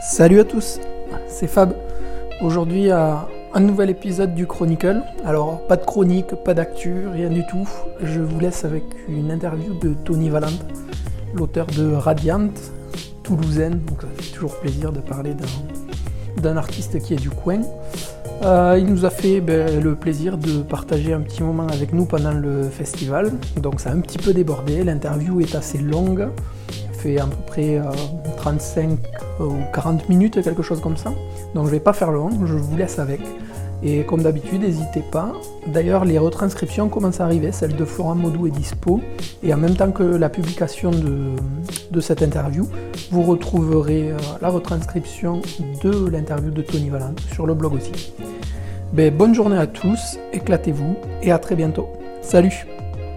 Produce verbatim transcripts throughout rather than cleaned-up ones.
Salut à tous, c'est Fab. Aujourd'hui, à un nouvel épisode du Chronicle. Alors, pas de chronique, pas d'actu, rien du tout. Je vous laisse avec une interview de Tony Valente, l'auteur de Radiant, toulousaine. Donc, ça fait toujours plaisir de parler d'un, d'un artiste qui est du coin. Euh, il nous a fait ben, le plaisir de partager un petit moment avec nous pendant le festival. Donc, ça a un petit peu débordé. L'interview est assez longue. Fait à peu près euh, trente-cinq ou quarante minutes, quelque chose comme ça. Donc je vais pas faire long, je vous laisse avec. Et comme d'habitude, n'hésitez pas. D'ailleurs, les retranscriptions commencent à arriver, celle de Florent Maudou est dispo. Et en même temps que la publication de, de cette interview, vous retrouverez euh, la retranscription de l'interview de Tony Valente sur le blog aussi. Ben, bonne journée à tous, éclatez-vous et à très bientôt. Salut!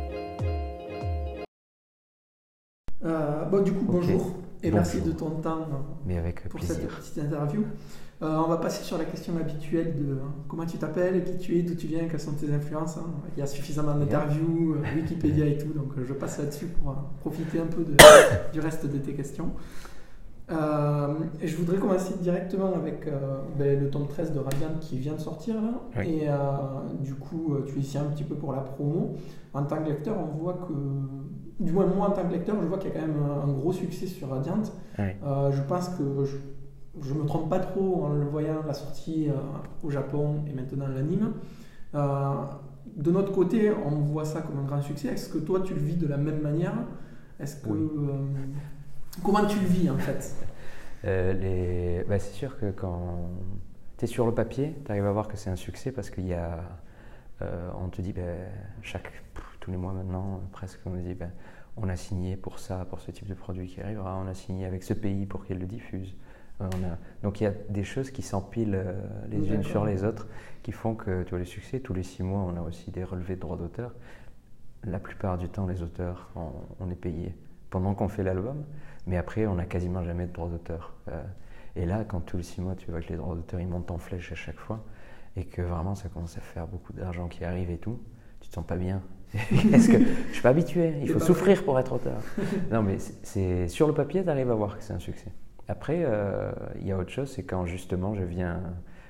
Euh, bon, du coup, bonjour okay. et bonjour. Merci de ton temps Mais avec pour plaisir. cette petite interview. Euh, on va passer sur la question habituelle de euh, comment tu t'appelles, qui tu es, d'où tu viens, quelles sont tes influences. Hein. Il y a suffisamment d'interviews, euh, Wikipédia et tout, donc euh, je passe là-dessus pour euh, profiter un peu de, du reste de tes questions. Euh, et je voudrais commencer directement avec euh, ben, le tome treize de Radiant qui vient de sortir là. Oui. Et euh, du coup, tu es ici un petit peu pour la promo. En tant que lecteur, on voit que, du moins moi en tant que lecteur, je vois qu'il y a quand même un, un gros succès sur Radiant. Oui. Euh, je pense que je ne me trompe pas trop en le voyant, la sortie euh, au Japon et maintenant l'anime. Euh, de notre côté, on voit ça comme un grand succès. Est-ce que toi, tu le vis de la même manière? Est-ce que, oui. euh, Comment tu le vis en fait? euh, les... bah, C'est sûr que quand tu es sur le papier, tu arrives à voir que c'est un succès parce qu'il y a. Euh, on te dit, bah, chaque, pff, tous les mois maintenant, presque, on nous dit, bah, on a signé pour ça, pour ce type de produit qui arrivera, on a signé avec ce pays pour qu'il le diffuse. On a... Donc il y a des choses qui s'empilent euh, les D'accord. unes sur les autres qui font que tu vois, les succès, tous les six mois, on a aussi des relevés de droits d'auteur. La plupart du temps, les auteurs, on, on est payé pendant qu'on fait l'album, mais après, on n'a quasiment jamais de droits d'auteur. Euh, et là, quand tous les six mois, tu vois que les droits d'auteur, ils montent en flèche à chaque fois, et que vraiment, ça commence à faire beaucoup d'argent qui arrive et tout, tu te sens pas bien. Est-ce que je suis pas habitué? Il faut souffrir pour être auteur. Non, mais c'est, c'est sur le papier, tu arrives à voir que c'est un succès. Après, euh, il y a autre chose, c'est quand justement je viens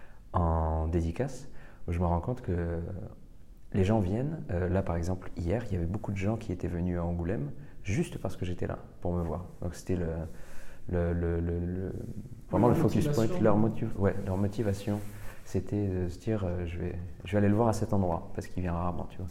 en dédicace, où je me rends compte que les gens viennent. Euh, là, par exemple, hier, il y avait beaucoup de gens qui étaient venus à Angoulême juste parce que j'étais là, pour me voir. Donc c'était le, le, le, le, le vraiment le focus point, leur, motiv, ouais, leur motivation. C'était de se dire, euh, je, vais, je vais aller le voir à cet endroit, parce qu'il vient rarement, tu vois.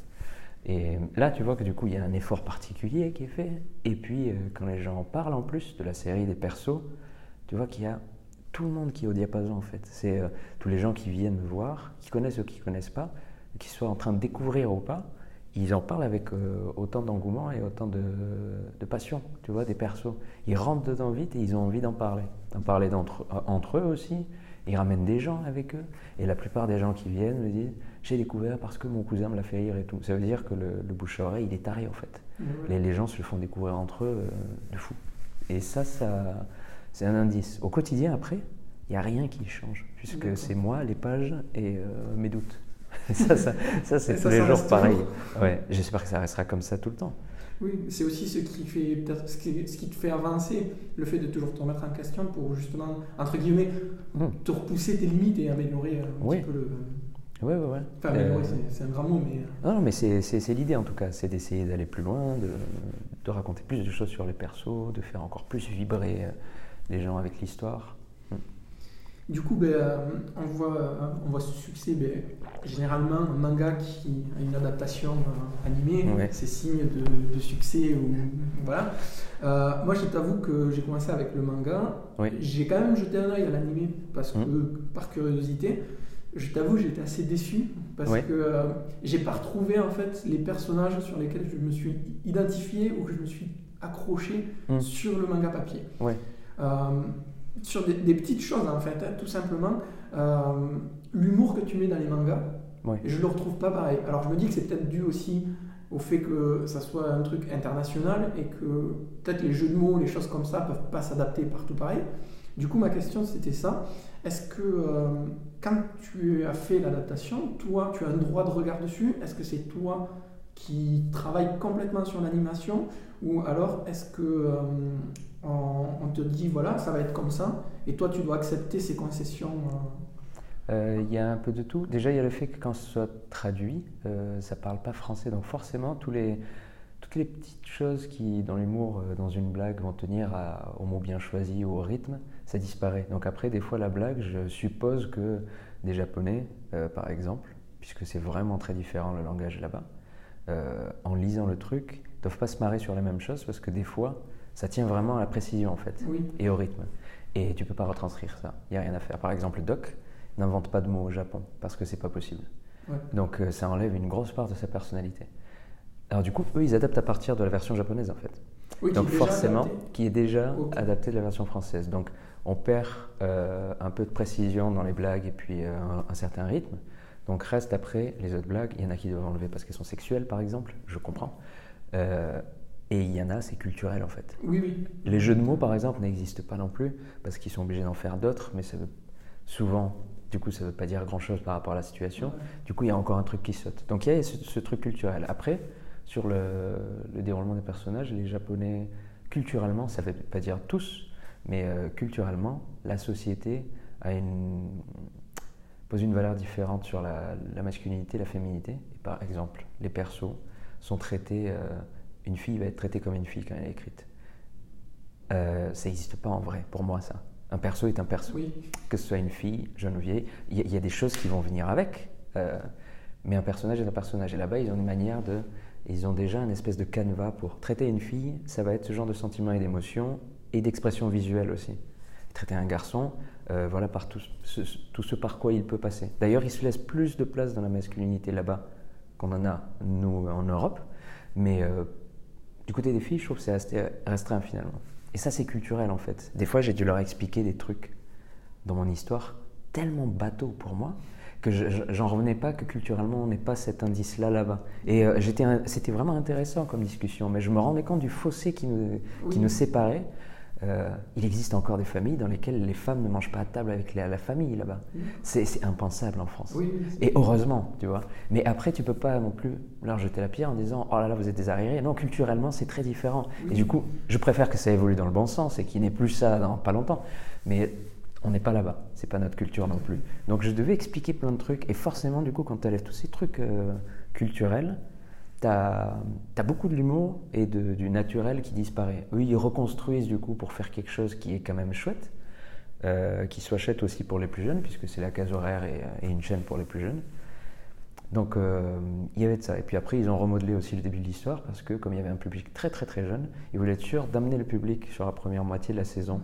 Et là, tu vois que du coup, il y a un effort particulier qui est fait. Et puis, euh, quand les gens parlent en plus de la série des persos, tu vois qu'il y a tout le monde qui est au diapason, en fait. C'est euh, tous les gens qui viennent me voir, qui connaissent ou qui ne connaissent pas, qui soient en train de découvrir ou pas, ils en parlent avec euh, autant d'engouement et autant de, de passion, tu vois, des persos. Ils rentrent dedans vite et ils ont envie d'en parler. D'en parler d'entre, euh, entre eux aussi. Ils ramènent des gens avec eux. Et la plupart des gens qui viennent me disent « j'ai découvert parce que mon cousin me l'a fait rire et tout ». Ça veut dire que le, le bouche à oreille, il est taré en fait. Mmh. Les, les gens se le font découvrir entre eux euh, de fou. Et ça, ça, c'est un indice. Au quotidien, après, il n'y a rien qui change. Puisque D'accord. c'est moi, les pages et euh, mes doutes. ça, ça, ça, c'est et tous ça, les ça jours pareil. Ouais, j'espère que ça restera comme ça tout le temps. Oui, c'est aussi ce qui, fait, peut-être, ce, qui, ce qui te fait avancer, le fait de toujours te remettre en question pour justement, entre guillemets, mmh. te repousser tes limites et améliorer un oui. petit peu le... Oui, oui, oui. Enfin, améliorer, euh... c'est, c'est un grand mot, mais... Non, non mais c'est, c'est, c'est l'idée en tout cas, c'est d'essayer d'aller plus loin, de, de raconter plus de choses sur les persos, de faire encore plus vibrer les gens avec l'histoire. Mmh. Du coup, ben, on, voit, on voit ce succès, ben, généralement, un manga qui a une adaptation euh, animée, ouais. c'est signe de, de succès. Ou, voilà. Euh, moi, je t'avoue que j'ai commencé avec le manga. Oui. J'ai quand même jeté un œil à l'animé, parce que, mmh. par curiosité. Je t'avoue, j'ai été assez déçu, parce oui. que euh, j'ai pas retrouvé en fait, les personnages sur lesquels je me suis identifié ou que je me suis accroché mmh. sur le manga papier. Oui. Euh, sur des, des petites choses en fait, hein, tout simplement. Euh, l'humour que tu mets dans les mangas, oui. je ne le retrouve pas pareil. Alors je me dis que c'est peut-être dû aussi au fait que ça soit un truc international et que peut-être les jeux de mots, les choses comme ça ne peuvent pas s'adapter partout pareil. Du coup, ma question c'était ça. Est-ce que euh, quand tu as fait l'adaptation, toi, tu as un droit de regard dessus? Est-ce que c'est toi qui travaillent complètement sur l'animation, ou alors est-ce que euh, on, on te dit voilà, ça va être comme ça, et toi tu dois accepter ces concessions Il euh, y a un peu de tout. Déjà, il y a le fait que quand ce soit traduit, euh, ça ne parle pas français. Donc forcément, tous les, toutes les petites choses qui, dans l'humour, euh, dans une blague, vont tenir à, au mot bien choisi ou au rythme, ça disparaît. Donc après, des fois, la blague, je suppose que des Japonais, euh, par exemple, puisque c'est vraiment très différent le langage là-bas, euh, en lisant le truc, ne doivent pas se marrer sur les mêmes choses parce que des fois, ça tient vraiment à la précision en fait, oui. et au rythme. Et tu ne peux pas retranscrire ça. Il n'y a rien à faire. Par exemple, Doc n'invente pas de mots au Japon parce que c'est pas possible. Ouais. Donc euh, ça enlève une grosse part de sa personnalité. Alors du coup, eux, ils adaptent à partir de la version japonaise en fait. Oui, Donc qui est forcément, adapté. qui est déjà okay. adapté de la version française. Donc on perd euh, un peu de précision dans les blagues et puis euh, un, un certain rythme. Donc reste après les autres blagues. Il y en a qui doivent enlever parce qu'elles sont sexuelles par exemple, je comprends. Euh, et il y en a, c'est culturel en fait. Oui, oui. Les jeux de mots par exemple n'existent pas non plus parce qu'ils sont obligés d'en faire d'autres, mais ça veut souvent... Du coup, ça ne veut pas dire grand-chose par rapport à la situation. Ouais. Du coup, il y a encore un truc qui saute. Donc, il y a ce, ce truc culturel. Après, sur le, le déroulement des personnages, les Japonais, culturellement, ça ne veut pas dire tous, mais euh, culturellement, la société a une, pose une valeur différente sur la, la masculinité, la féminité. Et par exemple, les persos sont traités... Euh, une fille va être traitée comme une fille quand elle est écrite. Euh, ça n'existe pas en vrai, pour moi, ça. Un perso est un perso. Oui. Que ce soit une fille, jeune ou vieille, il y, y a des choses qui vont venir avec, euh, mais un personnage est un personnage. Et là-bas, ils ont une manière de... Ils ont déjà une espèce de canevas pour traiter une fille, ça va être ce genre de sentiments et d'émotions, et d'expression visuelle aussi. Traiter un garçon, euh, voilà par tout ce, tout ce par quoi il peut passer. D'ailleurs, il se laisse plus de place dans la masculinité là-bas qu'on en a, nous, en Europe, mais euh, du côté des filles, je trouve que c'est assez restreint finalement. Et ça, c'est culturel en fait. Des fois, j'ai dû leur expliquer des trucs dans mon histoire tellement bateau pour moi que je, j'en revenais pas que culturellement, on n'ait pas cet indice-là là-bas. Et euh, j'étais, c'était vraiment intéressant comme discussion, mais je me rendais compte du fossé qui nous, oui. qui nous séparait. Euh, il existe encore des familles dans lesquelles les femmes ne mangent pas à table avec la, la famille là-bas. Oui. C'est, c'est impensable en France. Oui, et heureusement, tu vois. Mais après, tu peux pas non plus leur jeter la pierre en disant « Oh là là, vous êtes des arriérés ». Non, culturellement, c'est très différent. Oui. Et du coup, je préfère que ça évolue dans le bon sens et qu'il n'y ait plus ça dans pas longtemps. Mais on n'est pas là-bas. C'est pas notre culture non plus. Donc, je devais expliquer plein de trucs. Et forcément, du coup, quand tu enlèves tous ces trucs euh, culturels, tu as beaucoup de l'humour et de, du naturel qui disparaît. Eux, ils reconstruisent du coup pour faire quelque chose qui est quand même chouette, euh, qui soit chouette aussi pour les plus jeunes, puisque c'est la case horaire et, et une chaîne pour les plus jeunes. Donc, euh, il y avait de ça. Et puis après, ils ont remodelé aussi le début de l'histoire, parce que comme il y avait un public très très très jeune, ils voulaient être sûrs d'amener le public sur la première moitié de la saison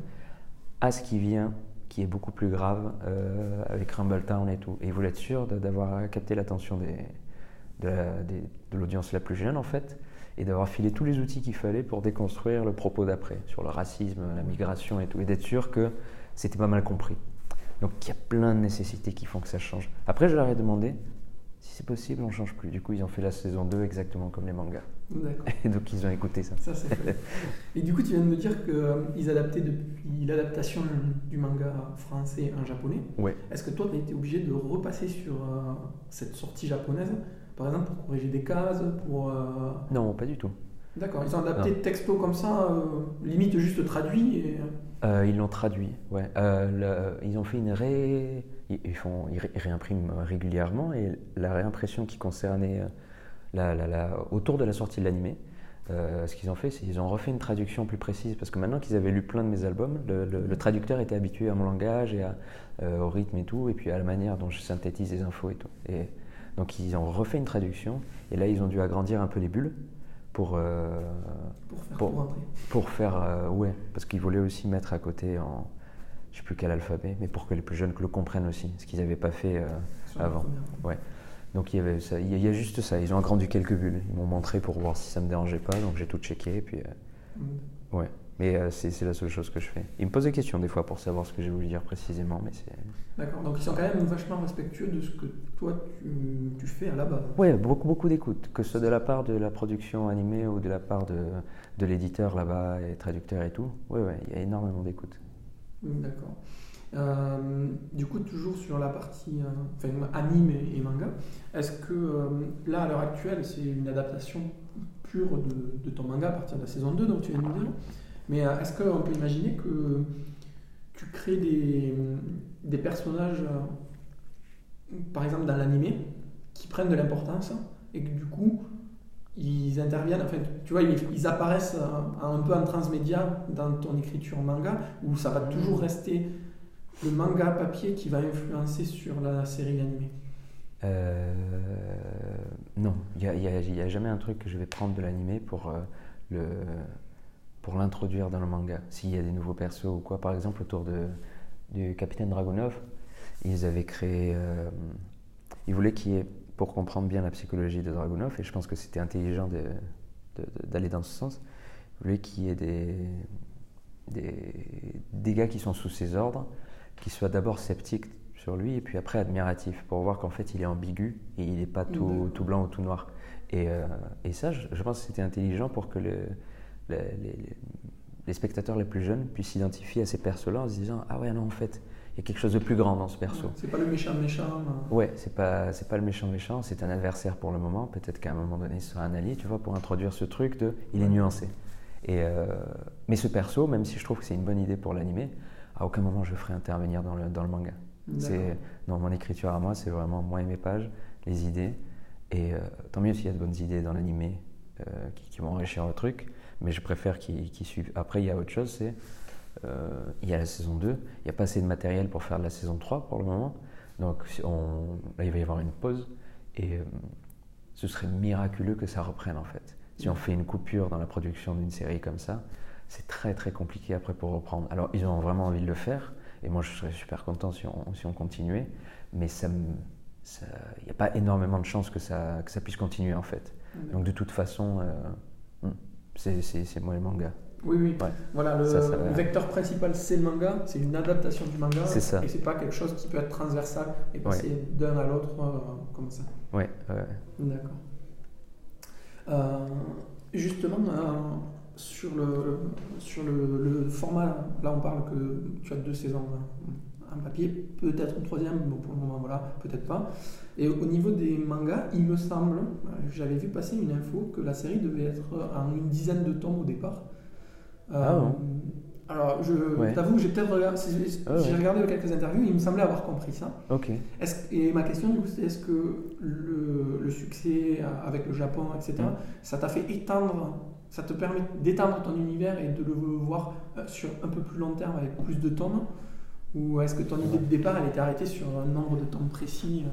à ce qui vient, qui est beaucoup plus grave, euh, avec Rumbletown et tout. Et ils voulaient être sûrs d'avoir capté l'attention des... de, la, des, de l'audience la plus jeune en fait, et d'avoir filé tous les outils qu'il fallait pour déconstruire le propos d'après, sur le racisme, la migration et tout, et d'être sûr que c'était pas mal compris. Donc il y a plein de nécessités qui font que ça change. Après je leur ai demandé, si c'est possible on change plus. Du coup ils ont fait la saison deux exactement comme les mangas. D'accord. Et donc ils ont écouté ça. Ça c'est fait. Et du coup tu viens de me dire qu'ils euh, adaptaient depuis l'adaptation du manga français en japonais. Ouais. Est-ce que toi tu as été obligé de repasser sur euh, cette sortie japonaise, par exemple pour corriger des cases, pour... Euh... Non, pas du tout. D'accord, ils ont adapté le texto comme ça, euh, limite juste traduit et... euh, Ils l'ont traduit, ouais. Euh, le, ils ont fait une ré... Ils, font, ils, ré, ils réimpriment régulièrement, et la réimpression qui concernait la, la, la, autour de la sortie de l'animé, euh, ce qu'ils ont fait, c'est qu'ils ont refait une traduction plus précise, parce que maintenant qu'ils avaient lu plein de mes albums, le, le, le traducteur était habitué à mon langage, et à, euh, au rythme et tout, et puis à la manière dont je synthétise les infos et tout. Et, donc ils ont refait une traduction, et là ils ont dû agrandir un peu les bulles pour, euh, pour faire pour, pour rentrer. Pour faire, euh, ouais, parce qu'ils voulaient aussi mettre à côté en, je sais plus quel alphabet, mais pour que les plus jeunes le comprennent aussi, ce qu'ils n'avaient pas fait euh, avant. Ouais. Donc il y avait ça, il y a juste ça, ils ont agrandi quelques bulles, ils m'ont montré pour voir si ça me dérangeait pas, donc j'ai tout checké, et puis euh, mm. ouais. Mais euh, c'est, c'est la seule chose que je fais. Ils me posent des questions des fois pour savoir ce que j'ai voulu dire précisément, mais c'est... D'accord, donc ils sont quand même vachement respectueux de ce que toi tu, tu fais à la base. Oui, beaucoup, beaucoup d'écoute, que ce soit de la part de la production animée ou de la part de, de l'éditeur là-bas, et traducteur et tout. Oui, oui, il y a énormément d'écoute. D'accord. Euh, du coup, toujours sur la partie euh, enfin, anime et, et manga, est-ce que euh, là, à l'heure actuelle, c'est une adaptation pure de, de ton manga à partir de la saison deux, donc tu viens de nous dire, mais euh, est-ce qu'on peut imaginer que tu crées des, des personnages, euh, par exemple dans l'anime, qui prennent de l'importance et que du coup, ils interviennent, en fait, tu vois, ils, ils apparaissent un, un peu en transmédia dans ton écriture manga, où ça va toujours rester le manga papier qui va influencer sur la série animée? Euh, non, il n'y a, y a- y a jamais un truc que je vais prendre de l'animé pour, euh, le, pour l'introduire dans le manga. S'il y a des nouveaux persos ou quoi, par exemple autour de, du Capitaine Dragunov, ils avaient créé... euh, ils voulaient qu'il y ait, pour comprendre bien la psychologie de Dragunov, et je pense que c'était intelligent de- de- de- d'aller dans ce sens, ils voulaient qu'il y ait des, des, des gars qui sont sous ses ordres, qui soient d'abord sceptiques sur lui et puis après admiratifs pour voir qu'en fait il est ambigu et il n'est pas tout, tout blanc ou tout noir. Et, euh, et ça, je, je pense que c'était intelligent pour que le, le- les, les- les spectateurs les plus jeunes puissent s'identifier à ces persos-là en se disant ah ouais non en fait il y a quelque chose de plus grand dans ce perso. C'est pas le méchant méchant. euh. Ouais, c'est pas c'est pas le méchant méchant, c'est un adversaire pour le moment. Peut-être qu'à un moment donné ce sera un allié, tu vois, pour introduire ce truc de il est nuancé. Et euh, mais ce perso, même si je trouve que c'est une bonne idée pour l'animé, à aucun moment je le ferai intervenir dans le, dans le manga. C'est, dans mon écriture à moi, c'est vraiment moi et mes pages, les idées. Et euh, tant mieux s'il y a de bonnes idées dans l'animé euh, qui, qui vont enrichir le truc, mais je préfère qu'ils qu'ils suivent. Après, il y a autre chose, c'est euh, il y a la saison deux, il n'y a pas assez de matériel pour faire de la saison trois pour le moment. Donc on, là, il va y avoir une pause et euh, ce serait miraculeux que ça reprenne en fait. Si on fait une coupure dans la production d'une série comme ça, c'est très très compliqué après pour reprendre. Alors ils ont vraiment envie de le faire et moi je serais super content si on, si on continuait, mais ça il n'y a pas énormément de chances que ça, que ça puisse continuer en fait. Donc de toute façon, euh, c'est, c'est, c'est moi le manga. Oui, oui. Ouais. Voilà, le, Ça, ça va. le vecteur principal, c'est le manga, c'est une adaptation du manga. C'est ça. Et c'est pas quelque chose qui peut être transversal et passer Ouais. d'un à l'autre euh, comme ça. Ouais, ouais. D'accord. Euh, justement, euh, sur, le, sur le, le format, là on parle que tu as deux saisons hein, en papier, peut-être une troisième, bon, pour le moment, voilà, peut-être pas. Et au niveau des mangas, il me semble, j'avais vu passer une info que la série devait être en une dizaine de tomes au départ. Euh, Ah bon. Alors, je Ouais. t'avoue que j'ai peut-être regardé, j'ai Ah ouais. regardé quelques interviews, il me semblait avoir compris ça. Ok. Est-ce, et ma question, du coup, c'est est-ce que le, le succès avec le Japon, et cetera, Mm. ça t'a fait étendre, ça te permet d'étendre ton univers et de le voir euh, sur un peu plus long terme avec plus de tomes? Ou est-ce que ton idée de départ, elle était arrêtée sur un nombre de tomes précis?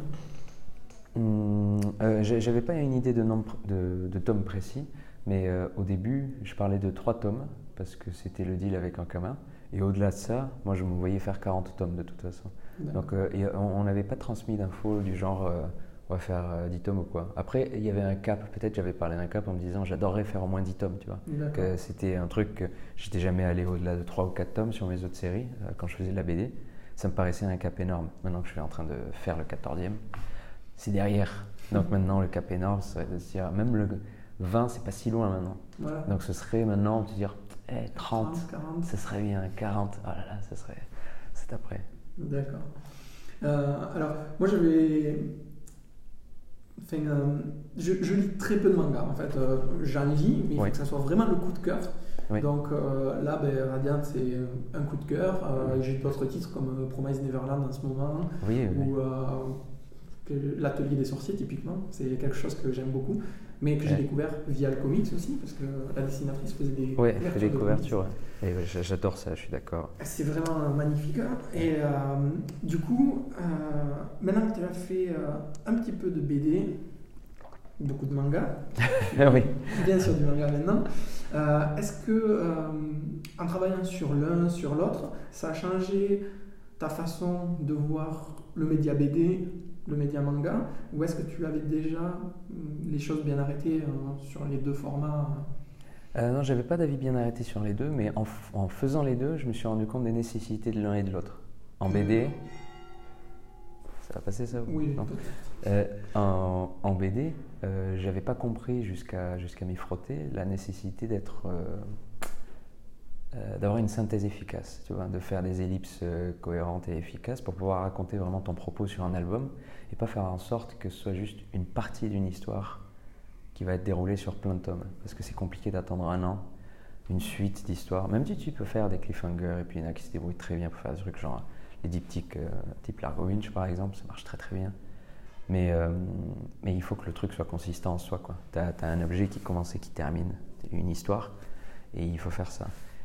euh Hum, euh, j'ai- J'avais pas une idée de nombre de, de tomes précis, mais euh, au début, je parlais de trois tomes parce que c'était le deal avec Ankama. Et au-delà de ça, moi je me voyais faire quarante tomes de toute façon. D'accord. Donc euh, et on n'avait pas transmis d'infos du genre euh, on va faire euh, dix tomes ou quoi. Après, il y avait un cap, peut-être j'avais parlé d'un cap en me disant j'adorerais faire au moins dix tomes, tu vois. D'accord. Que c'était un truc que j'étais jamais allé au-delà de trois ou quatre tomes sur mes autres séries euh, quand je faisais de la B D. Ça me paraissait un cap énorme. Maintenant que je suis en train de faire le quatorzième, c'est derrière. Donc maintenant, le cap énorme, ce serait de se dire, même le vingt, c'est pas si loin maintenant. Voilà. Donc ce serait maintenant de dire, eh, trente, trente, quarante. ce serait bien, quarante, oh là là, ce serait, c'est après. D'accord. Euh, alors, moi j'avais. Enfin, euh, je, je lis très peu de mangas en fait. Euh, j'en lis, mais il faut Oui. que ça soit vraiment le coup de cœur. Oui. Donc euh, là, ben, Radiant, c'est un coup de cœur. Euh, J'ai d'autres titres comme euh, Promise Neverland en ce moment, Oui, oui. ou euh, que- L'Atelier des sorciers, typiquement. C'est quelque chose que j'aime beaucoup, mais que j'ai Ouais. découvert via le comics aussi, parce que la dessinatrice faisait des Ouais, elle fait des de couvertures. ouais. Et ouais, j'a- j'adore ça, je suis d'accord. c'est vraiment magnifique. hein. Et euh, du coup, euh, maintenant que tu as fait euh, un petit peu de B D, beaucoup de manga, Ah oui. bien sûr du manga maintenant, euh, est-ce que euh, en travaillant sur l'un, sur l'autre, ça a changé ta façon de voir le média B D, le média manga, ou est-ce que tu avais déjà hum, les choses bien arrêtées euh, sur les deux formats? Euh, non, j'avais pas d'avis bien arrêté sur les deux, mais en, f- en faisant les deux, je me suis rendu compte des nécessités de l'un et de l'autre. En B D, ça va passer ça ou- Oui, non peut-être. Euh, en, en B D, euh, j'avais pas compris jusqu'à jusqu'à m'y frotter la nécessité d'être euh, euh, d'avoir une synthèse efficace, tu vois, de faire des ellipses euh, cohérentes et efficaces pour pouvoir raconter vraiment ton propos sur un album et pas faire en sorte que ce soit juste une partie d'une histoire qui va être déroulée sur plein de tomes. Parce que c'est compliqué d'attendre un an, une suite d'histoires. Même si tu peux faire des cliffhangers et puis il y en a qui se débrouillent très bien pour faire des trucs genre les diptyques euh, type Largo Winch par exemple, ça marche très très bien. Mais, euh, mais il faut que le truc soit consistant en soi, quoi. Tu as un objet qui commence et qui termine, une histoire, et il faut faire ça.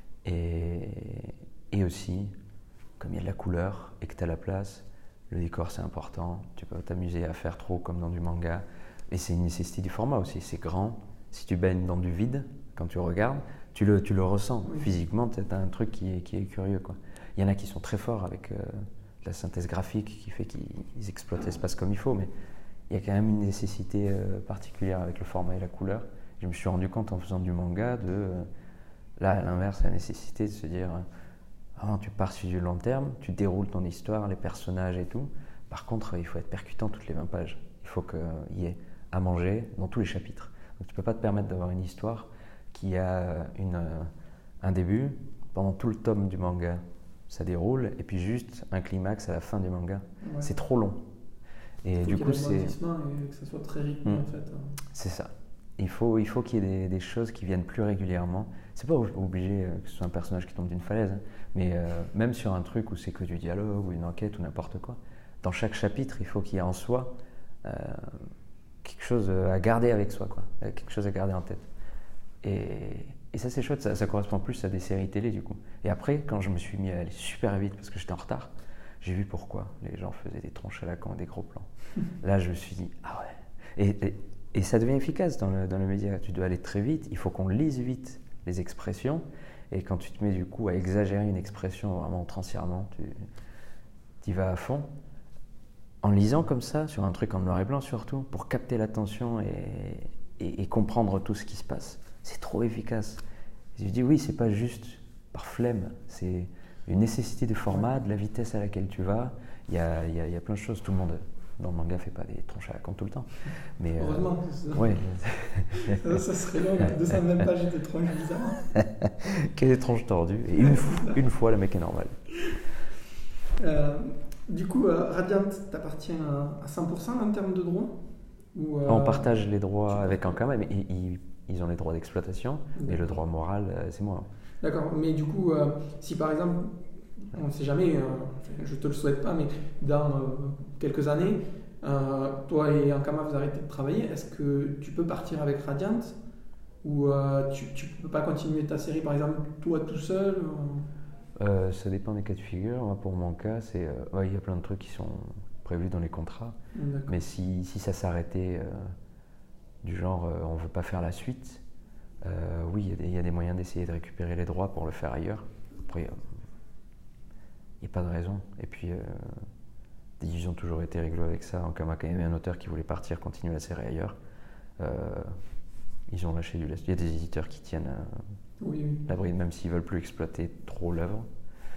Et, et aussi, comme il y a de la couleur et que tu as la place, le décor c'est important, tu peux t'amuser à faire trop comme dans du manga. Et c'est une nécessité du format aussi, c'est grand. Si tu baignes dans du vide, quand tu regardes, tu le, tu le ressens. Oui. Physiquement, tu as un truc qui est, qui est curieux, quoi. Il y en a qui sont très forts avec euh, la synthèse graphique qui fait qu'ils exploitent l'espace comme il faut, mais il y a quand même une nécessité euh, particulière avec le format et la couleur. Je me suis rendu compte en faisant du manga de, euh, là à l'inverse, la nécessité de se dire, euh, tu pars sur du long terme, tu déroules ton histoire, les personnages et tout. Par contre, il faut être percutant toutes les vingt pages. Il faut qu'il y ait à manger dans tous les chapitres. Donc, tu ne peux pas te permettre d'avoir une histoire qui a une, un début, pendant tout le tome du manga, ça déroule, et puis juste un climax à la fin du manga. Ouais. C'est trop long. Et faut du coup, c'est. Et que ça soit très rythmé, mmh. en fait. C'est ça. Il faut, il faut qu'il y ait des, des choses qui viennent plus régulièrement. C'est pas obligé que ce soit un personnage qui tombe d'une falaise, hein, mais euh, même sur un truc où c'est que du dialogue ou une enquête ou n'importe quoi, dans chaque chapitre, il faut qu'il y ait en soi euh, quelque chose à garder avec soi, quoi, quelque chose à garder en tête. Et, et ça, c'est chouette, ça, ça correspond plus à des séries télé, du coup. Et après, quand je me suis mis à aller super vite parce que j'étais en retard, j'ai vu pourquoi les gens faisaient des tronches à la con, des gros plans. Là, je me suis dit, ah ouais. Et, et, et ça devient efficace dans le, dans le média. Tu dois aller très vite, il faut qu'on lise vite les expressions. Et quand tu te mets du coup à exagérer une expression vraiment outrancièrement, tu y vas à fond. En lisant comme ça, sur un truc en noir et blanc surtout, pour capter l'attention et, et, et comprendre tout ce qui se passe. C'est trop efficace. Et je dis oui, c'est pas juste par flemme, c'est une nécessité de format, de la vitesse à laquelle tu vas. Il y a, il y a, il y a plein de choses. Tout le monde dans le manga fait pas des tronches à la con tout le temps. Mais, heureusement. Euh, ouais. ça, ça serait long, deux cents même pages de tronches bizarres. Quelle tronche tordue. Et une, une fois, le mec est normal. Euh, du coup, euh, Radiant t'appartient à cent pour cent en termes de droits ou, euh, on partage les droits avec Ankama, mais ils, ils, ils ont les droits d'exploitation, et le droit moral, euh, c'est moi. D'accord, mais du coup, euh, si par exemple, on ne sait jamais, euh, je ne te le souhaite pas, mais dans euh, quelques années, euh, toi et Ankama, vous arrêtez de travailler, est-ce que tu peux partir avec Radiant ou euh, tu ne peux pas continuer ta série, par exemple, toi tout seul euh... Euh, Ça dépend des cas de figure. Moi, pour mon cas, c'est, euh, ouais, y a plein de trucs qui sont prévus dans les contrats, mais si, si ça s'arrêtait euh, du genre euh, on ne veut pas faire la suite, euh, oui, il y, y a des moyens d'essayer de récupérer les droits pour le faire ailleurs. Après, il n'y a pas de raison. Et puis, euh, ils ont toujours été rigolos avec ça. En a quand même un auteur qui voulait partir, continuer la série ailleurs. Euh, ils ont lâché du lest. Il y a des éditeurs qui tiennent euh, oui, oui. la bride, même s'ils ne veulent plus exploiter trop l'œuvre.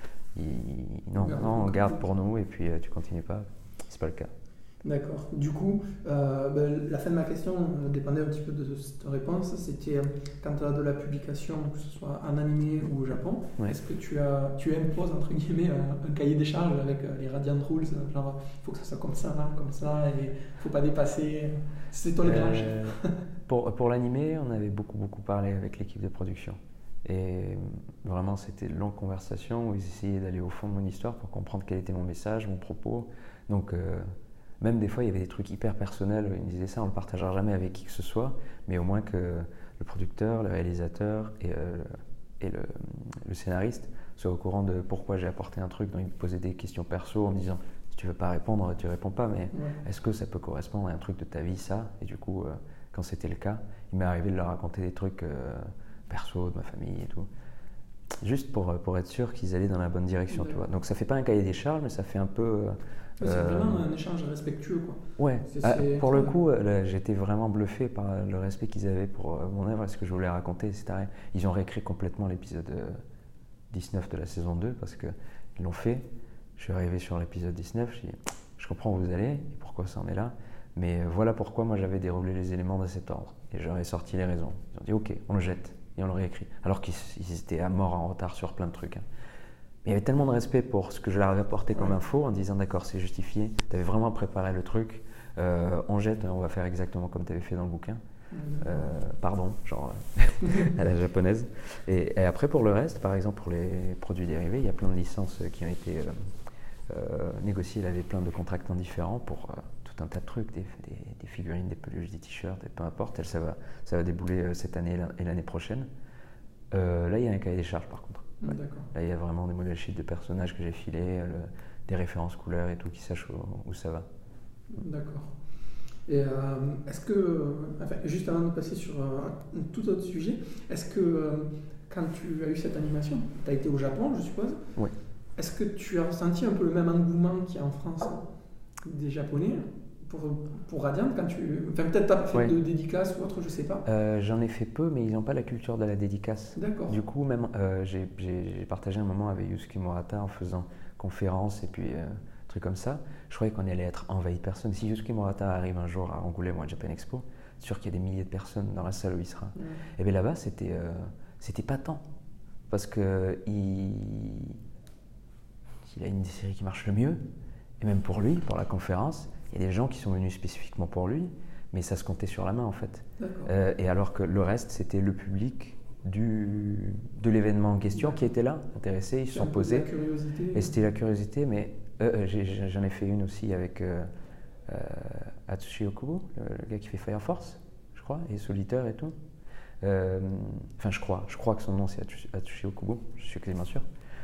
Ils, non, on garde, non, on garde pour nous et puis euh, tu continues pas. C'est pas le cas. D'accord. Du coup, euh, ben, la fin de ma question dépendait un petit peu de cette réponse. C'était euh, quand tu as de la publication, que ce soit en animé ou au Japon, ouais. Est-ce que tu, as, tu imposes entre guillemets un, un cahier des charges avec euh, les Radiant Rules, genre il faut que ça soit comme ça, hein, comme ça, et il ne faut pas dépasser. C'est toi le grand chef. Pour, pour l'animé, on avait beaucoup beaucoup parlé avec l'équipe de production. Et vraiment, c'était une longue conversation où ils essayaient d'aller au fond de mon histoire pour comprendre quel était mon message, mon propos. Donc, euh, même des fois, il y avait des trucs hyper personnels. Ils me disaient ça, on ne le partagera jamais avec qui que ce soit, mais au moins que le producteur, le réalisateur et, euh, et le, le scénariste soient au courant de pourquoi j'ai apporté un truc. Donc, ils me posaient des questions perso en me disant si tu ne veux pas répondre, tu ne réponds pas, mais ouais. Est-ce que ça peut correspondre à un truc de ta vie, ça? Et du coup, euh, quand c'était le cas, il m'est arrivé de leur raconter des trucs euh, perso, de ma famille et tout. Juste pour, pour être sûr qu'ils allaient dans la bonne direction, ouais. Tu vois. Donc ça fait pas un cahier des charges, mais ça fait un peu... Euh, c'est euh, vraiment un échange respectueux, quoi. Ouais, c'est, ah, c'est... pour le coup, là, j'étais vraiment bluffé par le respect qu'ils avaient pour euh, mon œuvre et ce que je voulais raconter, et cetera. Ils ont réécrit complètement l'épisode euh, dix-neuf de la saison deux, parce qu'ils l'ont fait. Je suis arrivé sur l'épisode dix-neuf, je dis, je comprends où vous allez et pourquoi ça en est là, mais voilà pourquoi moi j'avais déroulé les éléments de cet ordre. Et j'aurais sorti les raisons. Ils ont dit, ok, on le jette. et on l'aurait écrit. Alors qu'ils ils étaient à mort en retard sur plein de trucs. Hein. Mais il y avait tellement de respect pour ce que je leur avais apporté comme info en disant d'accord, c'est justifié, tu avais vraiment préparé le truc, euh, on jette, on va faire exactement comme tu avais fait dans le bouquin. Euh, pardon, genre à la japonaise. Et, et après, pour le reste, par exemple, pour les produits dérivés, il y a plein de licences qui ont été euh, euh, négociées. Il avait plein de contractants différents pour euh, tout un tas de trucs, des, des, des figurines, des peluches, des t-shirts, et peu importe. Elle, ça, va, ça va débouler euh, cette année et l'année prochaine. Euh, là, il y a un cahier des charges, par contre. Ouais. Là, il y a vraiment des modèles sheets de personnages que j'ai filés, le, des références couleurs et tout, qui sachent où, où ça va. D'accord. Et euh, est-ce que, enfin, juste avant de passer sur euh, un tout autre sujet, est-ce que euh, quand tu as eu cette animation, tu as été au Japon, je suppose. Oui. Est-ce que tu as ressenti un peu le même engouement qu'il y a en France des Japonais pour, pour Radiant quand tu, enfin peut-être tu n'as pas fait ouais. de dédicace ou autre, je sais pas. Euh, j'en ai fait peu, mais ils n'ont pas la culture de la dédicace. D'accord. Du coup, même euh, j'ai, j'ai, j'ai partagé un moment avec Yusuke Murata en faisant conférence et puis. Euh, truc comme ça, je croyais qu'on allait être envahi de personnes. Si Yusuke Murata arrive un jour à Angoulême ou à Japan Expo, c'est sûr qu'il y a des milliers de personnes dans la salle où il sera. Ouais. Et bien là-bas, c'était, euh, c'était pas tant. Parce qu'il il a une des séries qui marche le mieux. Et même pour lui, pour la conférence, il y a des gens qui sont venus spécifiquement pour lui, mais ça se comptait sur la main en fait. Euh, et alors que le reste, c'était le public du, de l'événement en question qui était là, intéressé, ils se sont posés. Et c'était la curiosité, mais Euh, j'ai, j'en ai fait une aussi avec euh, euh, Atsushi Okubo, le, le gars qui fait Fire Force, je crois, et Solitaire et tout. Euh, enfin, je crois, je crois que son nom c'est Atsushi, Atsushi Okubo, je suis quasiment sûr.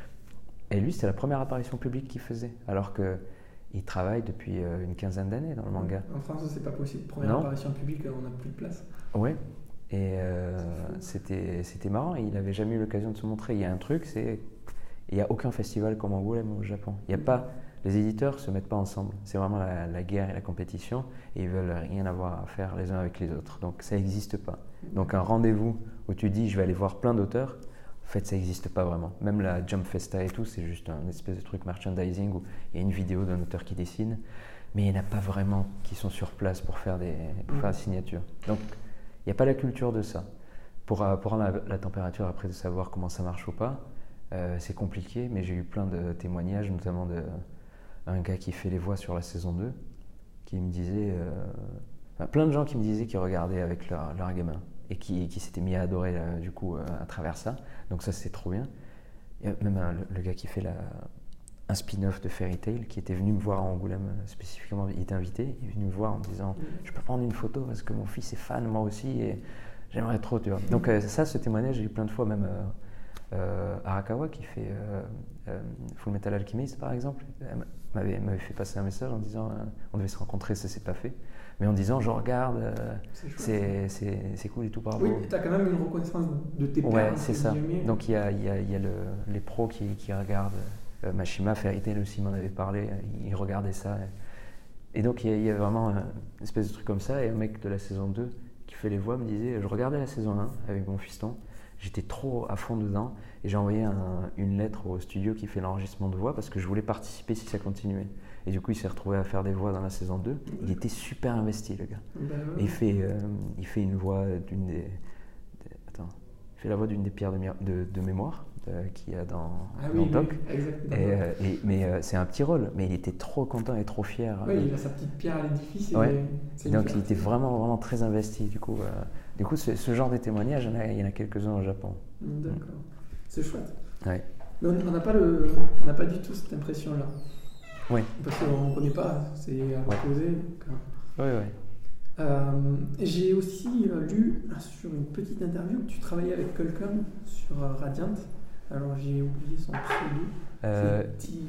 Et lui, c'était la première apparition publique qu'il faisait, alors qu'il travaille depuis euh, une quinzaine d'années dans le manga. En France, c'est pas possible. Première non. apparition publique, on n'a plus de place. Ouais. Et euh, c'était, c'était marrant. Il n'avait jamais eu l'occasion de se montrer. Il y a un truc, c'est il n'y a aucun festival comme Angoulême au Japon. Il y a pas, les éditeurs ne se mettent pas ensemble. C'est vraiment la, la guerre et la compétition et ils ne veulent rien avoir à faire les uns avec les autres. Donc ça n'existe pas. Donc un rendez-vous où tu dis je vais aller voir plein d'auteurs, en fait ça n'existe pas vraiment. Même la Jump Festa et tout, c'est juste un espèce de truc merchandising où il y a une vidéo d'un auteur qui dessine, mais il n'y en a pas vraiment qui sont sur place pour faire des, pour faire des signatures. Donc il n'y a pas la culture de ça. Pour, pour rendre la, la température après de savoir comment ça marche ou pas, Euh, c'est compliqué, mais j'ai eu plein de témoignages, notamment d'un gars qui fait les voix sur la saison deux, qui me disait, euh, enfin, plein de gens qui me disaient qu'ils regardaient avec leur, leur gamin et qui, qui s'étaient mis à adorer euh, du coup euh, à travers ça. Donc ça c'est trop bien. Il y a même un, le, le gars qui fait la, un spin-off de Fairy Tail qui était venu me voir à Angoulême spécifiquement, il était invité, il est venu me voir en me disant je peux prendre une photo parce que mon fils est fan moi aussi et j'aimerais trop, tu vois. Donc euh, ça, ce témoignage, j'ai eu plein de fois même. Euh, Euh, Arakawa qui fait euh, euh, Full Metal Alchemist par exemple m'avait, m'avait fait passer un message en disant euh, on devait se rencontrer, ça s'est pas fait, mais en disant je regarde, euh, c'est, c'est, c'est, c'est cool et tout par oui, tu as quand même une reconnaissance de tes pairs. Ouais, c'est ça. Donc il y a, y a, y a le, les pros qui, qui regardent. euh, Mashima, Fairy Tail aussi m'en avait parlé, il regardait ça. Et, et donc il y, y a vraiment une espèce de truc comme ça. Et un mec de la saison deux qui fait les voix me disait je regardais la saison un avec mon fiston. J'étais trop à fond dedans et j'ai envoyé un, une lettre au studio qui fait l'enregistrement de voix parce que je voulais participer si ça continuait. Et du coup, il s'est retrouvé à faire des voix dans la saison deux. Il était super investi, le gars. Ben ouais. Et il fait, euh, il fait une voix d'une des, des... Attends. Il fait la voix d'une des pierres de, de, de mémoire euh, qu'il y a dans, ah, dans oui, Doc. Oui, exactement. Et, euh, et, mais euh, c'est un petit rôle. Mais il était trop content et trop fier. Oui, il a sa petite pierre à l'édifice. Et ouais. c'est donc, il était vraiment, vraiment très investi. Du coup, euh, du coup ce, ce genre de témoignages, il y en a, il y en a quelques-uns au Japon. D'accord. Mm. C'est chouette. Ouais. Mais on n'a pas, le, on n'a pas du tout cette impression-là. Oui. Parce qu'on ne connaît pas, c'est à l'opposé. Oui, oui. Euh, j'ai aussi euh, lu sur une petite interview que tu travaillais avec quelqu'un sur euh, Radiant. Alors j'ai oublié son pseudo. Euh,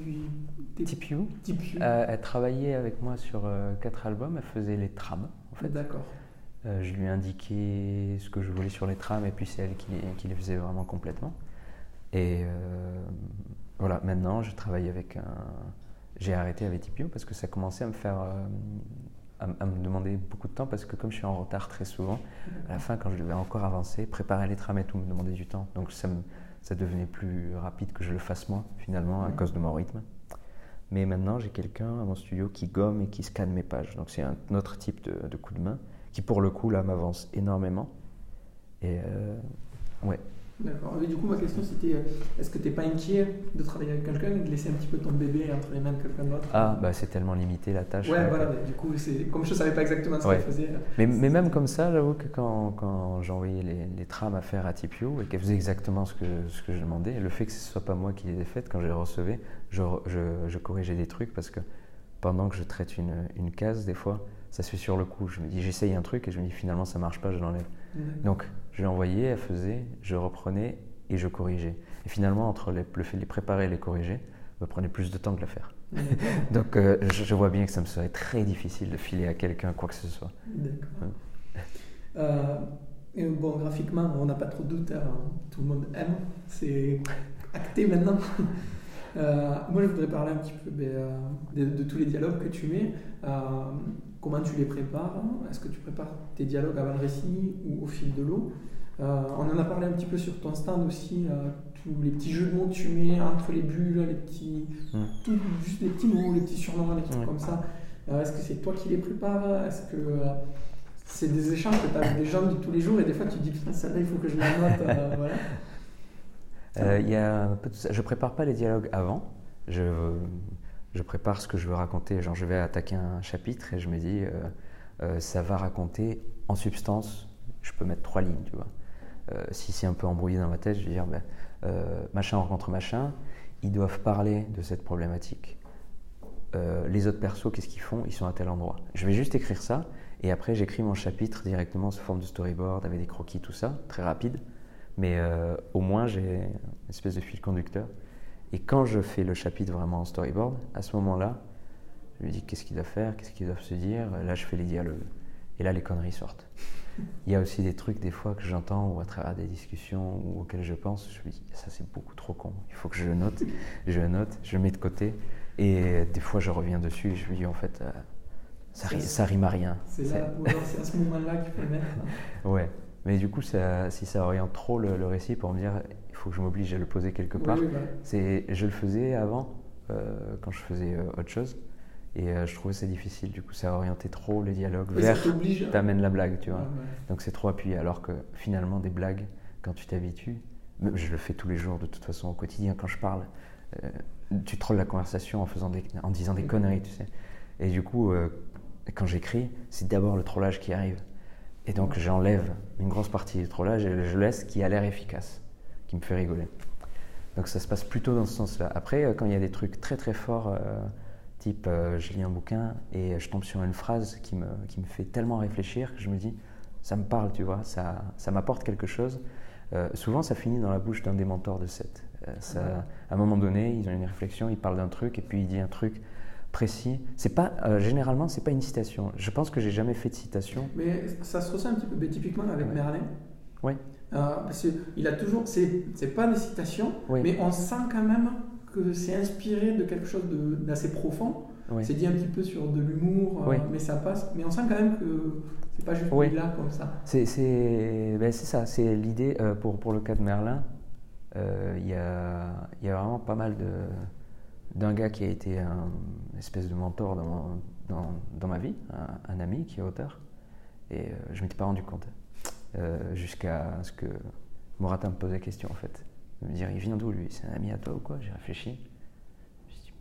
Tipu. Tipu. Euh, elle travaillait avec moi sur euh, quatre albums. Elle faisait les trames, en fait. D'accord. Euh, je lui ai indiqué ce que je voulais sur les trames et puis c'est elle qui, qui les faisait vraiment complètement. Et euh, voilà, maintenant je travaille avec un. J'ai arrêté avec Tipu parce que ça commençait à me faire. Euh, à, à me demander beaucoup de temps parce que comme je suis en retard très souvent, à la fin quand je devais encore avancer, préparer les trames et tout me demandait du temps. Donc ça, me, ça devenait plus rapide que je le fasse moi finalement à cause de mon rythme. Mais maintenant j'ai quelqu'un à mon studio qui gomme et qui scanne mes pages. Donc c'est un autre type de, de coup de main qui pour le coup là m'avance énormément. Et euh, Ouais. D'accord. Mais du coup, ma question c'était, est-ce que tu n'es pas inquiet de travailler avec quelqu'un et de laisser un petit peu ton bébé entre les mains de quelqu'un d'autre? Ah, bah c'est tellement limité la tâche. Ouais, voilà. Mais du coup, c'est comme je ne savais pas exactement ce ouais. qu'elle faisait. Mais, mais même comme ça, j'avoue que quand, quand j'envoyais les, les trames à faire à T P O et qu'elle faisait exactement ce que, ce que je demandais, le fait que ce ne soit pas moi qui les ai faites, quand je les recevais, je, je, je corrigeais des trucs parce que pendant que je traite une, une case, des fois, ça se fait sur le coup. Je me dis, j'essaye un truc et je me dis finalement ça ne marche pas, je l'enlève. Mmh. Donc, je l'envoyais, elle faisait, je reprenais et je corrigeais. Et finalement, entre les, le fait de les préparer et les corriger, me prenait plus de temps que le faire. Mmh. Donc, euh, je, je vois bien que ça me serait très difficile de filer à quelqu'un quoi que ce soit. D'accord. Ouais. Euh, et bon, graphiquement, on n'a pas trop de doute, hein. Tout le monde aime, c'est acté maintenant. Euh, moi, je voudrais parler un petit peu ben, euh, de, de tous les dialogues que tu mets. Euh, comment tu les prépares? Est-ce que tu prépares tes dialogues avant le récit ou au fil de l'eau? euh, On en a parlé un petit peu sur ton stand aussi, euh, tous les petits jeux de mots que tu mets entre les bulles, les petits, mmh. tout, juste les petits mots, les petits surnoms, les trucs mmh. comme ça. Euh, est-ce que c'est toi qui les prépares? Est-ce que euh, c'est des échanges que tu as avec des gens de tous les jours et des fois tu te dis, putain, celle-là, il faut que je la note. Euh, voilà. Euh, y a un peu de ça. Je prépare pas les dialogues avant. Je, je prépare ce que je veux raconter. Genre, je vais attaquer un chapitre et je me dis, euh, euh, ça va raconter en substance. Je peux mettre trois lignes, tu vois. Euh, si c'est un peu embrouillé dans ma tête, je vais dire, ben, euh, machin rencontre machin. Ils doivent parler de cette problématique. Euh, les autres persos, qu'est-ce qu'ils font? Ils sont à tel endroit. Je vais juste écrire ça et après, j'écris mon chapitre directement sous forme de storyboard avec des croquis, tout ça, très rapide. Mais euh, au moins, j'ai une espèce de fil conducteur. Et quand je fais le chapitre vraiment en storyboard, à ce moment-là, je me dis qu'est-ce qu'ils doivent faire, qu'est-ce qu'ils doivent se dire. Là, je fais les dialogues. Et là, les conneries sortent. Il y a aussi des trucs, des fois, que j'entends ou à travers des discussions ou auxquelles je pense. Je me dis, ça, c'est beaucoup trop con. Il faut que je le note. Je le note, je le mets de côté. Et des fois, je reviens dessus et je me dis, en fait, euh, ça, ri- ça rime à rien. C'est, là, ou alors c'est à ce moment-là qu'il faut le mettre. Ouais. Mais du coup, ça, si ça oriente trop le, le récit pour me dire il faut que je m'oblige à le poser quelque part, oui, oui, bah. c'est, je le faisais avant, euh, quand je faisais euh, autre chose, et euh, je trouvais ça difficile. Du coup, ça orientait trop les dialogues oui, vers t'amènes la blague, tu vois. Ouais, ouais. Donc c'est trop appuyé. Alors que finalement, des blagues, quand tu t'habitues, je le fais tous les jours de toute façon au quotidien quand je parle, euh, tu trolles la conversation en, faisant des, en disant des oui. conneries, tu sais. Et du coup, euh, quand j'écris, c'est d'abord le trollage qui arrive. Et donc j'enlève une grosse partie du trollage et je laisse ce qui a l'air efficace, qui me fait rigoler. Donc ça se passe plutôt dans ce sens-là. Après, quand il y a des trucs très très forts, euh, type euh, je lis un bouquin et je tombe sur une phrase qui me, qui me fait tellement réfléchir que je me dis, ça me parle, tu vois, ça, ça m'apporte quelque chose. Euh, souvent ça finit dans la bouche d'un des mentors de Seth. Euh, ça, à un moment donné, ils ont une réflexion, ils parlent d'un truc et puis il dit un truc précis. C'est pas, euh, généralement, c'est pas une citation. Je pense que j'ai jamais fait de citation. Mais ça se ressent un petit peu, mais typiquement avec ouais. Merlin. Oui. Euh, parce qu'il a toujours, c'est, c'est pas des citations, oui. mais on sent quand même que c'est inspiré de quelque chose de, d'assez profond. Oui. C'est dit un petit peu sur de l'humour, oui. euh, mais ça passe. Mais on sent quand même que c'est pas juste oui. là comme ça. C'est, c'est, ben c'est ça, c'est l'idée. Euh, pour, pour le cas de Merlin, il euh, y, a, y a vraiment pas mal de. d'un gars qui a été un espèce de mentor dans, mon, dans, dans ma vie, un, un ami qui est auteur, et euh, je ne m'étais pas rendu compte, euh, jusqu'à ce que Morata me pose la question en fait, de me dire il vient d'où lui, c'est un ami à toi ou quoi? J'ai réfléchi, je me suis dit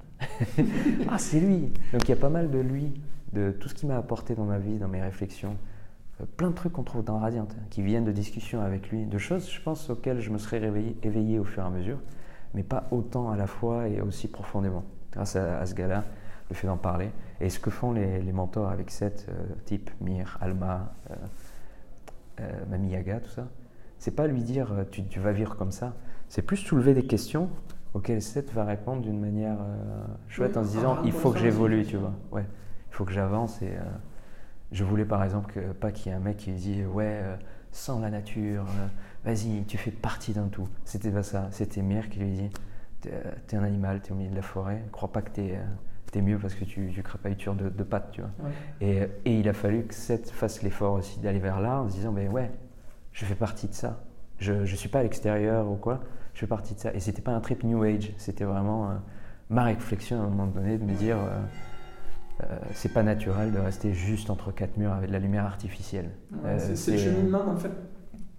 merde, ah c'est lui. Donc il y a pas mal de lui, de tout ce qu'il m'a apporté dans ma vie, dans mes réflexions, euh, plein de trucs qu'on trouve dans Radiant, hein, qui viennent de discussions avec lui, de choses je pense auxquelles je me serais réveillé, éveillé au fur et à mesure, mais pas autant à la fois et aussi profondément. Grâce à, à ce gars-là, le fait d'en parler. Et ce que font les, les mentors avec Seth, euh, type Mir, Alma, euh, euh, Mami Yaga, tout ça, c'est pas lui dire tu, tu vas vivre comme ça, c'est plus soulever des questions auxquelles Seth va répondre d'une manière euh, chouette, oui, en se disant il faut que j'évolue, tu vois. Ouais, il faut que j'avance. Et euh, je voulais par exemple que, pas qu'il y ait un mec qui dit ouais, euh, sans la nature, euh, vas-y, tu fais partie d'un tout. C'était pas ça, c'était Mir qui lui dit t'es, t'es un animal, t'es au milieu de la forêt, crois pas que t'es, euh, t'es mieux parce que tu, tu crapahutures de, de pattes, tu vois. Ouais. Et, et il a fallu que Seth fasse l'effort aussi d'aller vers là en se disant ben ouais, je fais partie de ça. Je, je suis pas à l'extérieur ou quoi, je fais partie de ça. Et c'était pas un trip New Age, c'était vraiment euh, ma réflexion à un moment donné de me dire euh, euh, c'est pas naturel de rester juste entre quatre murs avec de la lumière artificielle. Ouais, euh, c'est, c'est le cheminement en fait.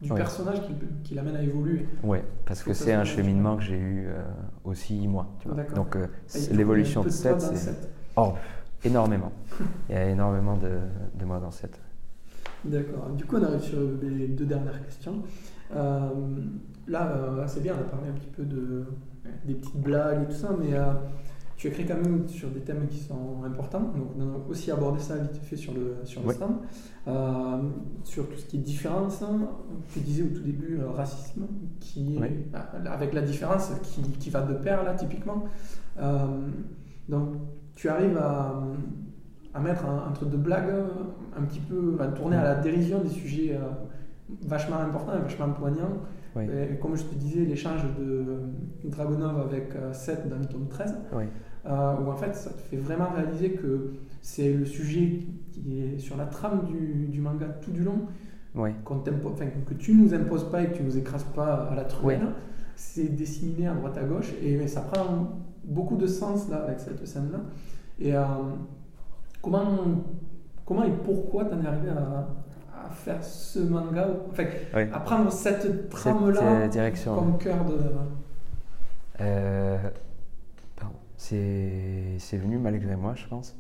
du Ouais. personnage qui, qui l'amène à évoluer. Oui, parce Faut que que ça c'est soit un naturel. cheminement que j'ai eu euh, aussi moi. Tu vois. D'accord. Donc euh, Et c'est- du coup, l'évolution il y a de un peu toi Seth, dans c'est Seth. oh, énormément. Il y a énormément de, de moi dans Seth. D'accord. Du coup, on arrive sur les deux dernières questions. Euh, là, euh, c'est bien, on a parlé un petit peu de, des petites blagues et tout ça, mais euh, tu écris quand même sur des thèmes qui sont importants. Donc, on a aussi abordé ça vite fait sur le, sur le Oui. stand. Euh, sur tout ce qui est différence, tu disais au tout début euh, racisme, qui est, Oui. euh, avec la différence qui, qui va de pair, là, typiquement. Euh, donc, tu arrives à, à mettre un, un truc de blague un petit peu, à tourner à la dérision des sujets euh, vachement importants et vachement poignants. Oui. Et comme je te disais, l'échange de Dragonov avec euh, Seth dans le tome treize, Oui. euh, où en fait ça te fait vraiment réaliser que c'est le sujet qui est sur la trame du, du manga tout du long, Oui. qu'on t'impo- enfin, que tu nous imposes pas et que tu nous écrases pas à la truelle. Oui. C'est disséminé à droite à gauche et ça prend beaucoup de sens là avec cette scène là. Et euh, comment, comment et pourquoi t'en es arrivé à, à faire ce manga, enfin Oui. à prendre cette trame Cette, là euh, direction. comme cœur de. Euh, pardon. C'est c'est venu malgré moi, je pense.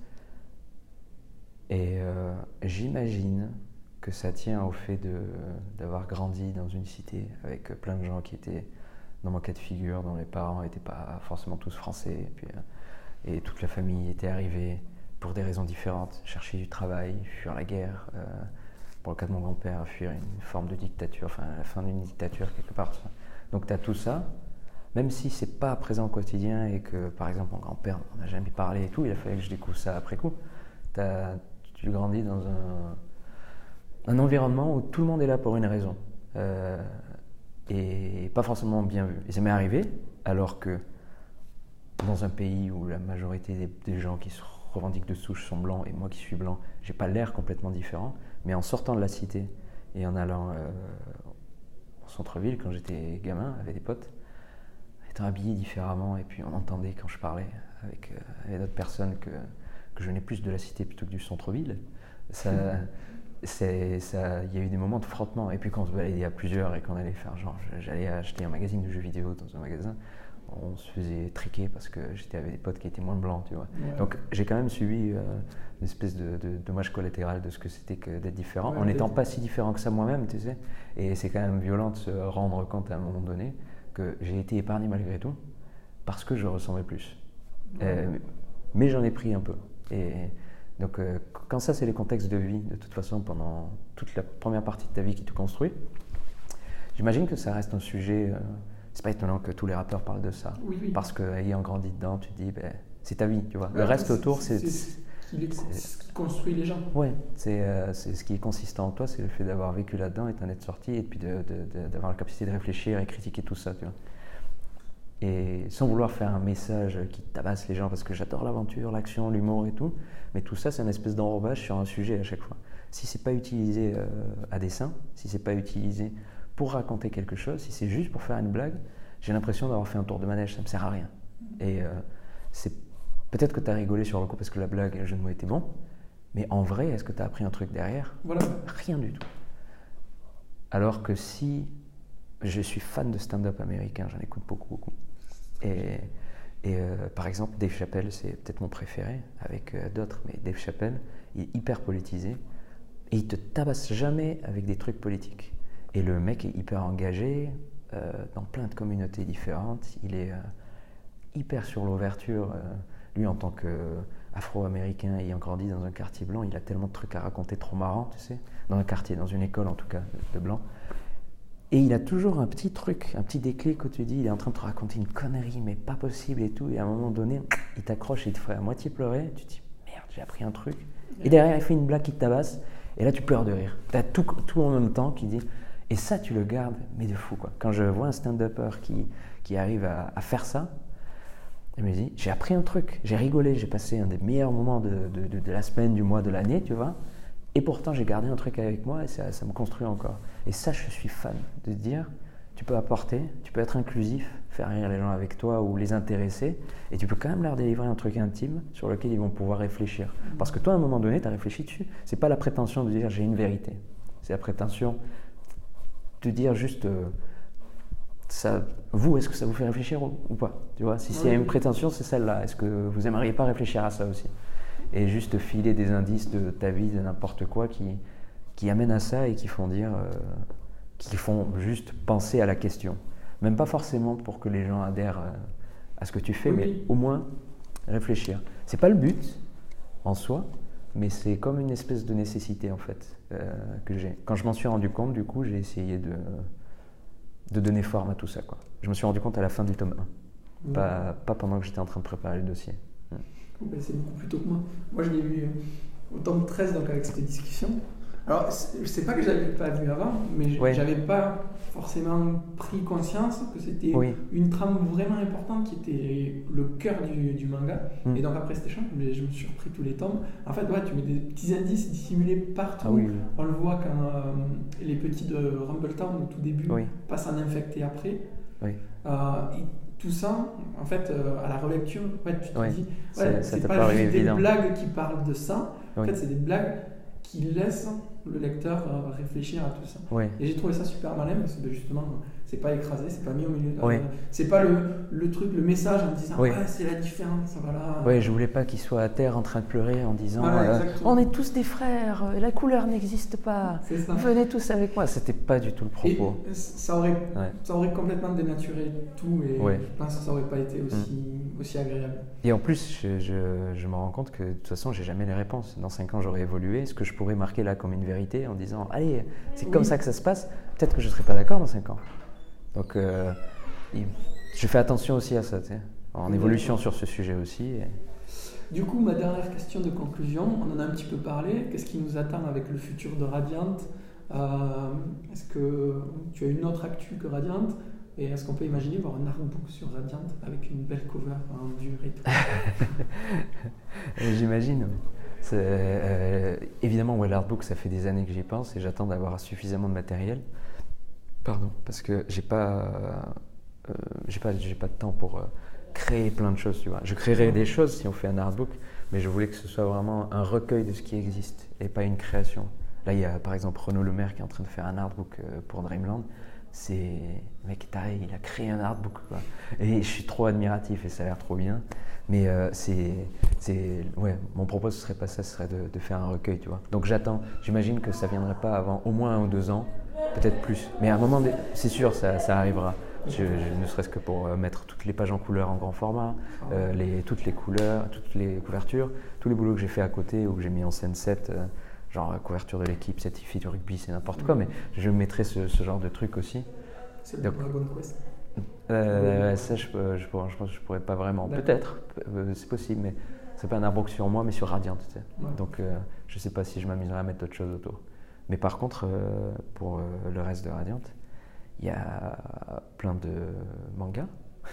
Et euh, j'imagine que ça tient au fait de, d'avoir grandi dans une cité avec plein de gens qui étaient dans mon cas de figure, dont les parents n'étaient pas forcément tous français, et, puis, euh, et toute la famille était arrivée pour des raisons différentes, chercher du travail, fuir la guerre, euh, pour le cas de mon grand-père, fuir une forme de dictature, enfin la fin d'une dictature quelque part. Donc tu as tout ça, même si c'est pas présent au quotidien et que par exemple mon grand-père n'en a jamais parlé et tout, il a fallu que je découvre ça après coup. T'as, tu grandis dans un, un environnement où tout le monde est là pour une raison. Euh, et pas forcément bien vu. Et ça m'est arrivé alors que dans un pays où la majorité des, des gens qui se revendiquent de souche sont blancs et moi qui suis blanc, j'ai pas l'air complètement différent, mais en sortant de la cité et en allant euh, au centre-ville quand j'étais gamin avec des potes, étant habillé différemment et puis on entendait quand je parlais avec, euh, avec d'autres personnes que, que je venais plus de la cité plutôt que du centre-ville. Ça, c'est, ça, il y a eu des moments de frottement. Et puis quand on se baladait à plusieurs et qu'on allait faire genre, j'allais acheter un magazine de jeux vidéo dans un magasin, on se faisait triquer parce que j'étais avec des potes qui étaient moins blancs, tu vois. Ouais. Donc j'ai quand même subi euh, une espèce de, de dommage collatéral de ce que c'était que d'être différent, Ouais, en n'étant peut-être. pas si différent que ça moi-même, tu sais. Et c'est quand même violent de se rendre compte à un moment donné que j'ai été épargné malgré tout parce que je ressemblais plus. Ouais. Euh, mais j'en ai pris un peu. Et donc euh, quand ça c'est les contextes de vie, de toute façon pendant toute la première partie de ta vie qui te construit, j'imagine que ça reste un sujet, euh, c'est pas étonnant que tous les rappeurs parlent de ça, Oui, oui. parce qu'ayant grandi dedans, tu te dis, ben, c'est ta vie, tu vois. Le Ouais, reste autour, c'est... c'est ce qui les- c'est- ce qui construit les gens. Ouais, c'est, euh, c'est ce qui est consistant en toi, c'est le fait d'avoir vécu là-dedans et d'en être sorti, et puis de, de- de- d'avoir la capacité de réfléchir et critiquer tout ça, tu vois. Et sans vouloir faire un message qui tabasse les gens, parce que j'adore l'aventure, l'action, l'humour et tout, mais tout ça, c'est une espèce d'enrobage sur un sujet à chaque fois. Si c'est pas utilisé euh, à dessein, si c'est pas utilisé pour raconter quelque chose, si c'est juste pour faire une blague, j'ai l'impression d'avoir fait un tour de manège, ça me sert à rien. Et euh, c'est peut-être que tu as rigolé sur le coup parce que la blague et le jeu de mots étaient bons, mais en vrai, est-ce que tu as appris un truc derrière? Voilà. Rien du tout. Alors que si je suis fan de stand-up américain, j'en écoute beaucoup, beaucoup. Et, et euh, par exemple, Dave Chappelle, c'est peut-être mon préféré, avec euh, d'autres, mais Dave Chappelle, il est hyper politisé et il te tabasse jamais avec des trucs politiques. Et le mec est hyper engagé euh, dans plein de communautés différentes. Il est euh, hyper sur l'ouverture. Euh, lui, en tant qu'Afro-Américain ayant grandi dans un quartier blanc, il a tellement de trucs à raconter trop marrants, tu sais, dans un quartier, dans une école en tout cas, de blanc. Et il a toujours un petit truc, un petit déclic où tu dis, il est en train de te raconter une connerie, mais pas possible et tout. Et à un moment donné, il t'accroche et il te fait à moitié pleurer. Tu te dis, merde, j'ai appris un truc. Et derrière, il fait une blague qui te tabasse. Et là, tu pleures de rire. Tu as tout, tout en même temps qui dit. Et ça, tu le gardes, mais de fou, quoi. Quand je vois un stand-upper qui, qui arrive à, à faire ça, je me dis, j'ai appris un truc, j'ai rigolé, j'ai passé un des meilleurs moments de, de, de, de la semaine, du mois, de l'année, tu vois. Et pourtant, j'ai gardé un truc avec moi et ça, ça me construit encore. Et ça, je suis fan de dire, tu peux apporter, tu peux être inclusif, faire rire les gens avec toi ou les intéresser, et tu peux quand même leur délivrer un truc intime sur lequel ils vont pouvoir réfléchir. Parce que toi, à un moment donné, tu as réfléchi dessus. C'est pas la prétention de dire j'ai une vérité. C'est la prétention, te dire juste, euh, ça, vous, est-ce que ça vous fait réfléchir ou, ou pas, tu vois, si s'il y a une prétention, c'est celle-là. Est-ce que vous aimeriez pas réfléchir à ça aussi? Et juste filer des indices de ta vie, de n'importe quoi, qui, qui amènent à ça et qui font dire, euh, qui font juste penser à la question. Même pas forcément pour que les gens adhèrent euh, à ce que tu fais, oui. mais au moins réfléchir. C'est pas le but en soi, mais c'est comme une espèce de nécessité en fait euh, que j'ai. Quand je m'en suis rendu compte, du coup, j'ai essayé de, de donner forme à tout ça, quoi. Je me suis rendu compte à la fin du tome un, mmh. pas, pas pendant que j'étais en train de préparer le dossier. Mmh. Ben, c'est beaucoup plus tôt que moi. Moi, je l'ai vu au tome treize, donc avec cette discussion. Alors, je sais pas que je l'avais pas vu avant, mais ouais. j'avais pas forcément pris conscience que c'était oui. une trame vraiment importante qui était le cœur du, du manga. Mm. Et donc après cet échange, je me suis repris tous les tomes. En fait, ouais, tu mets des petits indices dissimulés partout. Ah, oui, oui. On le voit quand euh, les petits de Rumbletown au tout début oui. passent en infecté après. Oui. Euh, et tout ça, en fait, euh, à la relecture, ouais, tu te oui. dis, ouais, c'est pas juste des évident. blagues qui parlent de ça. En oui. fait, c'est des blagues qui laissent le lecteur euh, réfléchir à tout ça. Oui. Et j'ai trouvé ça super malin parce que justement, c'est pas écrasé, c'est pas mis au milieu. Oui. Euh, c'est pas le, le truc, le message en disant oui. ah, c'est la différence, voilà. Oui, je voulais pas qu'il soit à terre en train de pleurer en disant voilà, euh, on est tous des frères, la couleur n'existe pas, venez tous avec moi. C'était pas du tout le propos. Et ça aurait, ouais. ça aurait complètement dénaturé tout et ouais. je pense que ça aurait pas été aussi, mm. aussi agréable. Et en plus, je, je, je me rends compte que de toute façon, j'ai jamais les réponses. Dans cinq ans, j'aurais évolué. Est-ce que je pourrais marquer là comme une vérité en disant allez, c'est oui. comme ça que ça se passe? Peut-être que je serais pas d'accord dans cinq ans. Donc, euh, je fais attention aussi à ça, tu sais, en oui, évolution sur ce sujet aussi. Et... Du coup, ma dernière question de conclusion, on en a un petit peu parlé. Qu'est-ce qui nous attend avec le futur de Radiant? euh, Est-ce que tu as une autre actu que Radiant? Et est-ce qu'on peut imaginer voir un artbook sur Radiant avec une belle cover en dur et tout? J'imagine. Euh, évidemment, ouais, l'artbook, ça fait des années que j'y pense et j'attends d'avoir suffisamment de matériel. Pardon, parce que j'ai pas, euh, j'ai pas, j'ai pas de temps pour euh, créer plein de choses, tu vois. Je créerai des choses si on fait un artbook, mais je voulais que ce soit vraiment un recueil de ce qui existe et pas une création. Là, il y a par exemple Renaud Lemaire qui est en train de faire un artbook euh, pour Dreamland. C'est mec taré, il a créé un artbook, quoi. Et je suis trop admiratif et ça a l'air trop bien. Mais euh, c'est, c'est, ouais, mon propos ce serait pas ça, ce serait de, de faire un recueil, tu vois. Donc j'attends. J'imagine que ça viendrait pas avant au moins un ou deux ans. Peut-être plus, mais à un moment, c'est sûr, ça, ça arrivera. Je, je, ne serait-ce que pour euh, mettre toutes les pages en couleur en grand format, euh, les, toutes les couleurs, toutes les couvertures, tous les boulots que j'ai fait à côté ou que j'ai mis en scène set, euh, genre couverture de l'équipe, certifié du rugby, c'est n'importe quoi, mais je mettrai ce, ce genre de truc aussi. C'est le Dragon Quest. Euh, oui. Ça, je, je, je, je pense que je pourrais pas vraiment. D'accord. Peut-être, euh, c'est possible, mais c'est pas un artbook sur moi, mais sur Radiant. Tu sais. Ouais. Donc, euh, je sais pas si je m'amuserai à mettre d'autres choses autour. Mais par contre, euh, pour euh, le reste de Radiant, il y a plein de mangas.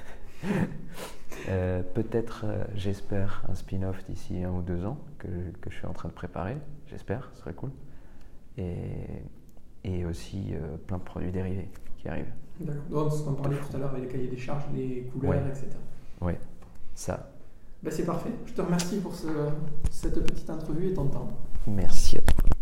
euh, peut-être, euh, j'espère, un spin-off d'ici un ou deux ans que, que je suis en train de préparer. J'espère, ce serait cool. Et, et aussi euh, plein de produits dérivés qui arrivent. D'accord. Ce qu'on parlait tout à l'heure avec les cahiers des charges, les couleurs, ouais. et cetera. Oui, ça. Ben, c'est parfait. Je te remercie pour ce, cette petite entrevue et ton temps. Merci à toi.